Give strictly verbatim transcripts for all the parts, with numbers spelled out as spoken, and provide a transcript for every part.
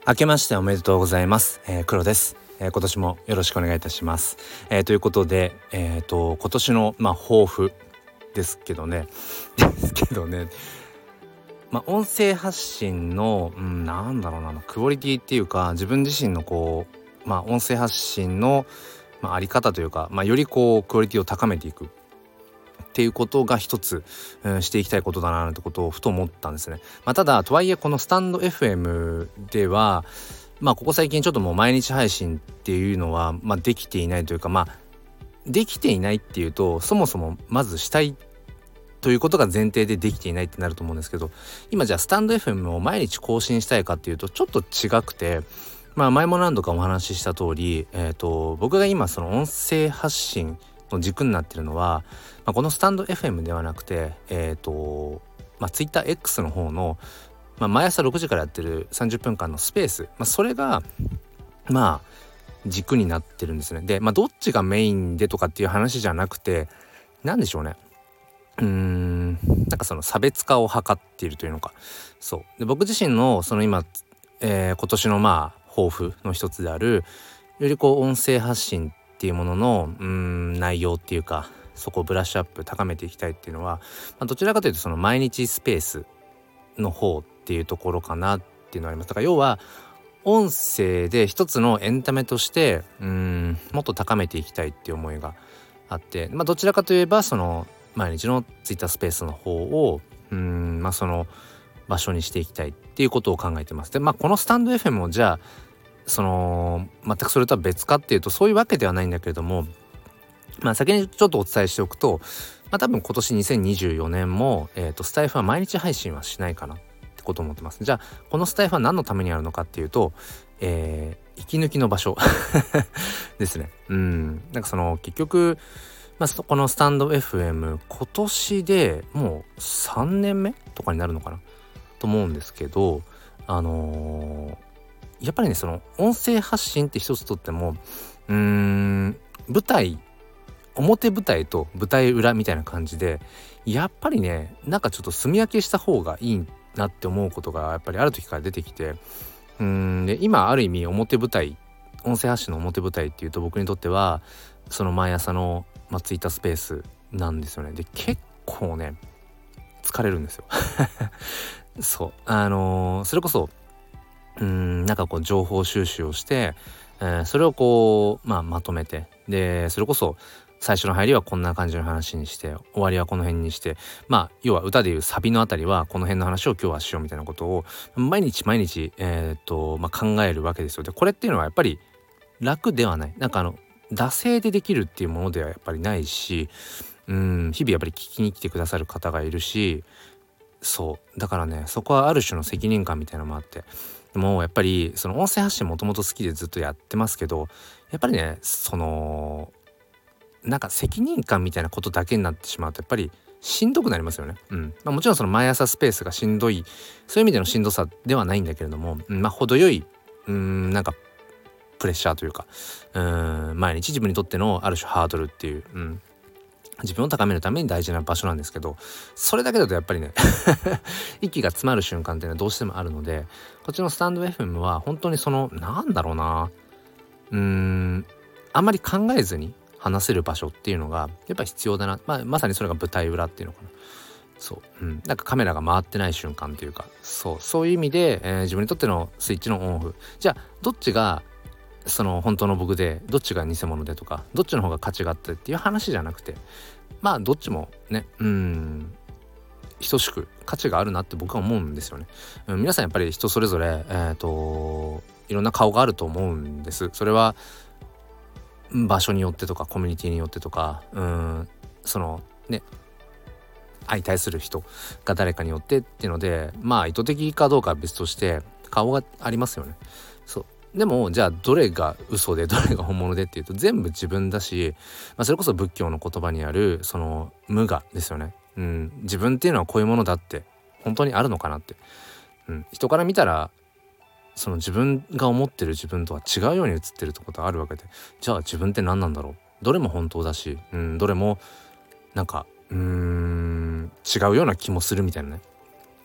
明けましておめでとうございます。えー、黒です。えー、今年もよろしくお願いいたします。えー、ということで、えー、と今年のまあ抱負ですけどね、ですけどね、まあ音声発信の、うん、なんだろうな、クオリティっていうか、自分自身のこう、まあ音声発信のまああり方というか、まあよりこうクオリティを高めていく。っていうことが一つ、うん、していきたいことだなってことをふと思ったんですね。まあ、ただとはいえこのスタンド エフエム ではまあここ最近ちょっともう毎日配信っていうのは、まあ、できていないというか、まあできていないっていうとそもそもまずしたいということが前提でできていないってなると思うんですけど、今じゃあスタンド エフエム を毎日更新したいかっていうとちょっと違くて、まあ前も何度かお話しした通り、えっと僕が今その音声発信の軸になってるのは、まあ、このスタンド エフエム ではなくて、えっとまあ TwitterX の方の、まあ、毎朝ろくじからやってるさんじゅっぷんかんのスペース、まあ、それがまあ軸になってるんですね。で、まあどっちがメインでとかっていう話じゃなくて、なんでしょうね。うーんなんかその差別化を図っているというのか、そうで僕自身のその今、えー今年のまあ抱負の一つであるよりこう音声発信っていうもののうーん内容っていうか、そこをブラッシュアップ高めていきたいっていうのは、まあ、どちらかというとその毎日スペースの方っていうところかなっていうのがあります。だから要は音声で一つのエンタメとしてうーんもっと高めていきたいっていう思いがあって、まあどちらかといえばその毎日のツイッタースペースの方をうーんまあその場所にしていきたいっていうことを考えてます。でまあこのスタンド エフエム もじゃあその全くそれとは別かっていうとそういうわけではないんだけれども、まあ先にちょっとお伝えしておくと、まあ多分今年にせんにじゅうよねんも、えー、とスタイフは毎日配信はしないかなってことを思ってます。じゃあこのスタイフは何のためにあるのかっていうと、えー、息抜きの場所ですね。うんなんかその結局、まあ、このスタンド エフエム 今年でもうさんねんめとかになるのかなと思うんですけど、あのーやっぱりねその音声発信って一つとってもうーん舞台表舞台と舞台裏みたいな感じでやっぱりねなんかちょっと住み分けした方がいいなって思うことがやっぱりある時から出てきて、うーんで今ある意味表舞台音声発信の表舞台っていうと僕にとってはその毎朝の、まあ、ツイッタースペースなんですよね。で結構ね疲れるんですよそうあのー、それこそうーんなんかこう情報収集をして、えーそれをこう、まあ、まとめて、でそれこそ最初の入りはこんな感じの話にして終わりはこの辺にして、まあ要は歌でいうサビのあたりはこの辺の話を今日はしようみたいなことを毎日毎日、えーっとまあ、考えるわけですよ。でこれっていうのはやっぱり楽ではない、なんかあの惰性でできるっていうものではやっぱりないし、うん日々やっぱり聞きに来てくださる方がいるし、そうだからねそこはある種の責任感みたいなのもあって、でもやっぱりその音声発信もともと好きでずっとやってますけど、やっぱりねそのなんか責任感みたいなことだけになってしまうとやっぱりしんどくなりますよね。うんまあ、もちろんその毎朝スペースがしんどい、そういう意味でのしんどさではないんだけれども、うん、まあ程よいうーんなんかプレッシャーというか、うーん毎日自分にとってのある種ハードルっていう、うん、自分を高めるために大事な場所なんですけど、それだけだとやっぱりね息が詰まる瞬間っていうのはどうしてもあるので、こっちのスタンド エフエム は本当にそのなんだろうなうーんあんまり考えずに話せる場所っていうのがやっぱり必要だな、まあ、まさにそれが舞台裏っていうのかな。そう、うん、なんかカメラが回ってない瞬間っていうか、そうそういう意味で、えー自分にとってのスイッチのオンオフ、じゃあどっちがその本当の僕でどっちが偽物でとかどっちの方が価値があってっていう話じゃなくて、まあどっちもねうん等しく価値があるなって僕は思うんですよね。うん、皆さんやっぱり人それぞれえっといろんな顔があると思うんです。それは場所によってとかコミュニティによってとか、うんそのね相対する人が誰かによってっていうので、まあ意図的かどうかは別として顔がありますよね。そうでもじゃあどれが嘘でどれが本物でっていうと全部自分だし、まあ、それこそ仏教の言葉にあるその無我ですよね。うん、自分っていうのはこういうものだって本当にあるのかなって、うん、人から見たらその自分が思ってる自分とは違うように映ってるってことはあるわけで、じゃあ自分って何なんだろう、どれも本当だし、うん、どれもなんかうーん違うような気もするみたいなね。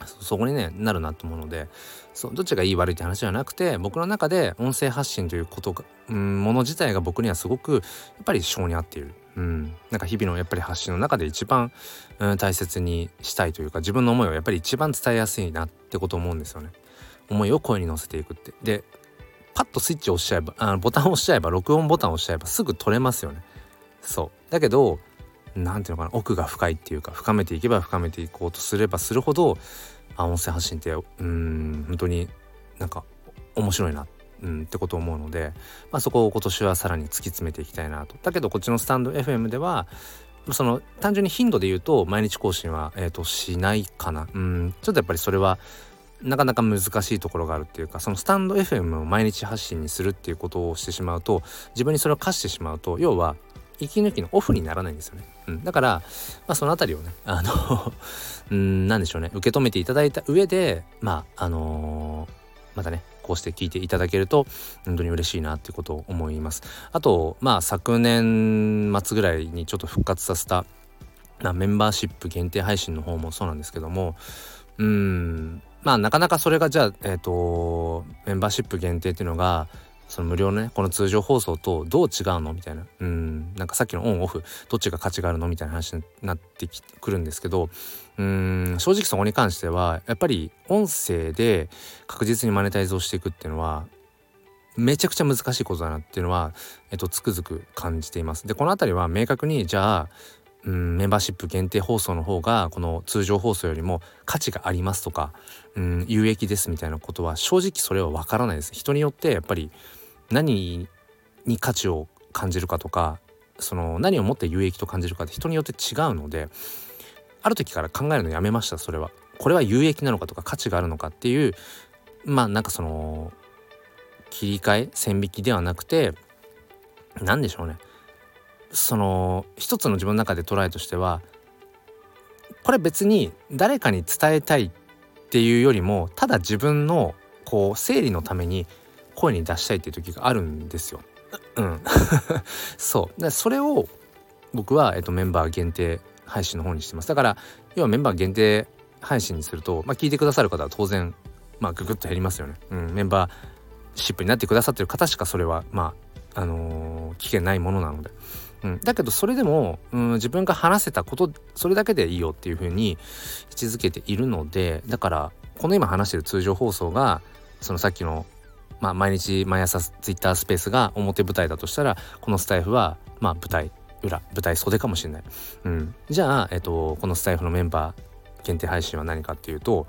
そこにねなるなと思うので、そうどっちがいい悪いって話ではなくて、僕の中で音声発信ということが、うん、もの自体が僕にはすごくやっぱり性に合っている。うん、なんか日々のやっぱり発信の中で一番、うん、大切にしたいというか、自分の思いをやっぱり一番伝えやすいなってことを思うんですよね。思いを声に乗せていくって。でパッとスイッチを押しちゃえば、あボタンを押しちゃえば、録音ボタンを押しちゃえばすぐ撮れますよね。そうだけどなんていうのかな、奥が深いっていうか、深めていけば深めていこうとすればするほど、あ音声発信ってうーん本当になんか面白いな、うん、ってことを思うので、まあ、そこを今年はさらに突き詰めていきたいなと。だけどこっちのスタンド エフエム ではその単純に頻度で言うと毎日更新は、えー、としないかな。うんちょっとやっぱりそれはなかなか難しいところがあるっていうか、そのスタンド エフエム を毎日発信にするっていうことをしてしまうと、自分にそれを課してしまうと、要は息抜きのオフにならないんですよね。うん、だから、まあ、そのあたりをねあのうんなんでしょうね、受け止めていただいた上で、まああのー、またねこうして聞いていただけると本当に嬉しいなっていうことを思います。あとまあ昨年末ぐらいにちょっと復活させた、まあ、メンバーシップ限定配信の方もそうなんですけども、うーんまあなかなかそれがじゃあえっとメンバーシップ限定っていうのがその無料のねこの通常放送とどう違うのみたいな、うんなんかさっきのオンオフどっちが価値があるのみたいな話になってきてくるんですけど、うーん正直そこに関してはやっぱり音声で確実にマネタイズをしていくっていうのはめちゃくちゃ難しいことだなっていうのは、えっと、つくづく感じています。でこのあたりは明確にじゃあうんメンバーシップ限定放送の方がこの通常放送よりも価値がありますとか、うん有益ですみたいなことは正直それはわからないです。人によってやっぱり何に価値を感じるかとか、その何をもって有益と感じるかって人によって違うので、ある時から考えるのやめました。それはこれは有益なのかとか価値があるのかっていうまあなんかその切り替え線引きではなくて、なんでしょうね、その一つの自分の中で捉えとしては、これ別に誰かに伝えたいっていうよりもただ自分のこう整理のために声に出したいっていう時があるんですよ。うんそうでそれを僕は、えっと、メンバー限定配信の方にしてます。だから要はメンバー限定配信にすると、まあ、聞いてくださる方は当然まあググッと減りますよね。うん、メンバーシップになってくださってる方しかそれはまああのー、聞けないものなので、うん、だけどそれでも、うん、自分が話せたことそれだけでいいよっていう風に位置づけているので、だからこの今話してる通常放送がそのさっきの、まあ、毎日毎朝ツイッタースペースが表舞台だとしたら、このスタイフはまあ舞台裏舞台袖かもしれない。うん、じゃあ、えっと、このスタイフのメンバー限定配信は何かっていうと、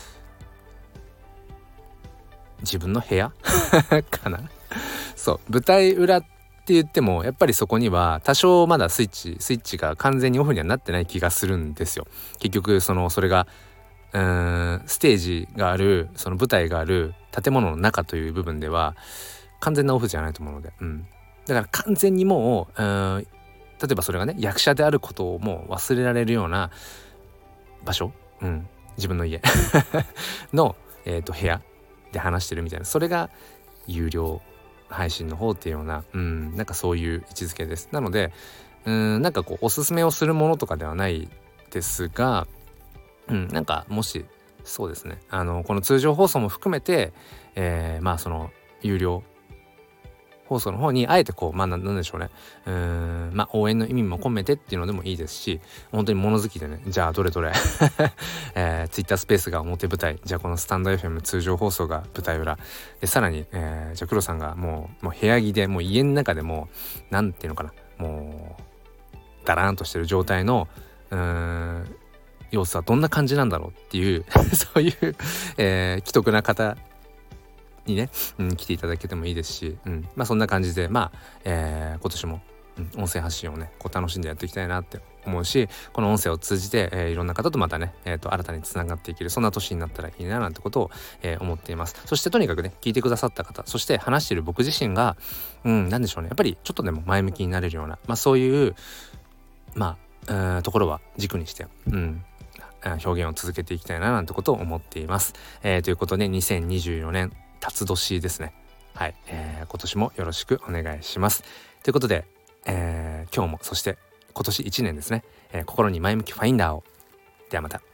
自分の部屋かなそう舞台裏って言ってもやっぱりそこには多少まだスイッチスイッチが完全にオフにはなってない気がするんですよ。結局そのそれがうーんステージがあるその舞台がある建物の中という部分では完全なオフじゃないと思うので、うん、だから完全にもう、うーん例えばそれがね役者であることをもう忘れられるような場所、うん、自分の家の、えーと、部屋で話してるみたいな、それが有料配信の方っていうような、うん、なんかそういう位置づけです。なのでうーんなんかこうおすすめをするものとかではないですが、うん、なんかもしそうですねあのこの通常放送も含めて、えー、まあその有料放送の方にあえてこうまあなんでしょうね、うーんまあ応援の意味も込めてっていうのでもいいですし、本当に物好きでね、じゃあどれどれ、えー、ツイッタースペースが表舞台、じゃあこのスタンド エフエム 通常放送が舞台裏で、さらに、えー、じゃあ黒さんがもうもう部屋着でもう家の中でもなんていうのかな、もうダラーンとしてる状態のうーん様子はどんな感じなんだろうっていうそういう、えー、奇特な方にね、うん、来ていただけてもいいですし、うん、まあそんな感じでまあ、えー、今年も、うん、音声発信をねこう楽しんでやっていきたいなって思うし、この音声を通じて、えー、いろんな方とまたね、えー、と新たにつながっていけるそんな年になったらいいななんてことを、えー、思っています。そしてとにかくね聞いてくださった方、そして話している僕自身が、うん、なんでしょうね、やっぱりちょっとでも前向きになれるような、まあそういうまあ、うん、ところは軸にして、うん表現を続けていきたいななんてことを思っています。えー、ということでにせんにじゅうよねん辰年ですね。はい、えー、今年もよろしくお願いします。ということで、えー、今日もそして今年いちねんですね、えー、心に前向きファインダーを。ではまた。